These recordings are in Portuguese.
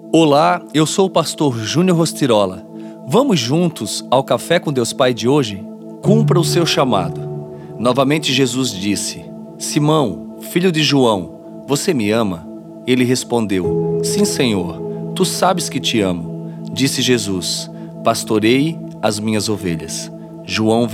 Olá, eu sou o pastor Júnior Rostirola. Vamos juntos ao Café com Deus Pai de hoje? Cumpra o seu chamado. Novamente Jesus disse: Simão, filho de João, você me ama? Ele respondeu: Sim, Senhor, tu sabes que te amo. Disse Jesus: Pastorei as minhas ovelhas. João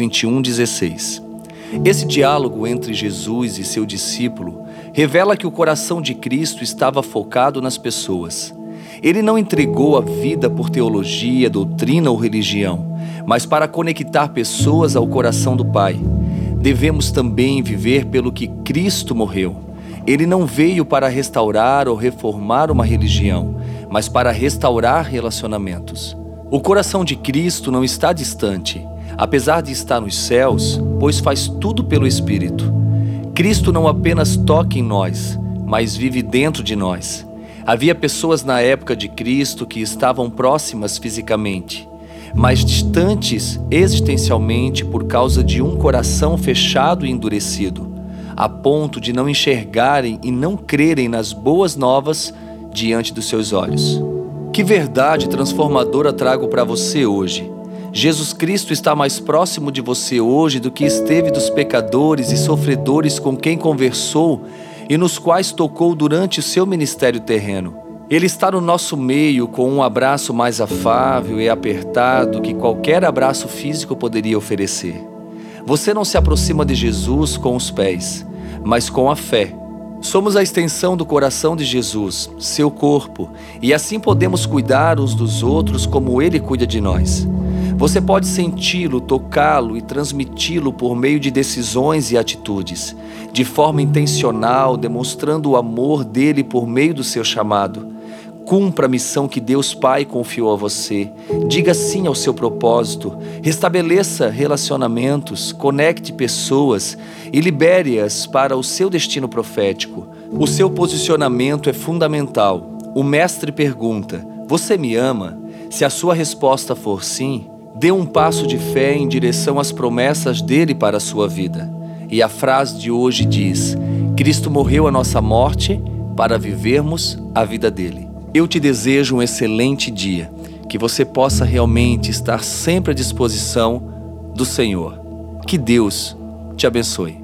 21:16. Esse diálogo entre Jesus e seu discípulo revela que o coração de Cristo estava focado nas pessoas. Ele não entregou a vida por teologia, doutrina ou religião, mas para conectar pessoas ao coração do Pai. Devemos também viver pelo que Cristo morreu. Ele não veio para restaurar ou reformar uma religião, mas para restaurar relacionamentos. O coração de Cristo não está distante, apesar de estar nos céus, pois faz tudo pelo Espírito. Cristo não apenas toca em nós, mas vive dentro de nós. Havia pessoas na época de Cristo que estavam próximas fisicamente, mas distantes existencialmente por causa de um coração fechado e endurecido, a ponto de não enxergarem e não crerem nas boas novas diante dos seus olhos. Que verdade transformadora trago para você hoje. Jesus Cristo está mais próximo de você hoje do que esteve dos pecadores e sofredores com quem conversou e nos quais tocou durante o seu ministério terreno. Ele está no nosso meio com um abraço mais afável e apertado que qualquer abraço físico poderia oferecer. Você não se aproxima de Jesus com os pés, mas com a fé. Somos a extensão do coração de Jesus, seu corpo, e assim podemos cuidar uns dos outros como Ele cuida de nós. Você pode senti-lo, tocá-lo e transmiti-lo por meio de decisões e atitudes, de forma intencional, demonstrando o amor dele por meio do seu chamado. Cumpra a missão que Deus Pai confiou a você. Diga sim ao seu propósito. Restabeleça relacionamentos, conecte pessoas e libere-as para o seu destino profético. O seu posicionamento é fundamental. O mestre pergunta: você me ama? Se a sua resposta for sim, dê um passo de fé em direção às promessas dele para a sua vida. E a frase de hoje diz: Cristo morreu a nossa morte para vivermos a vida dele. Eu te desejo um excelente dia, que você possa realmente estar sempre à disposição do Senhor. Que Deus te abençoe.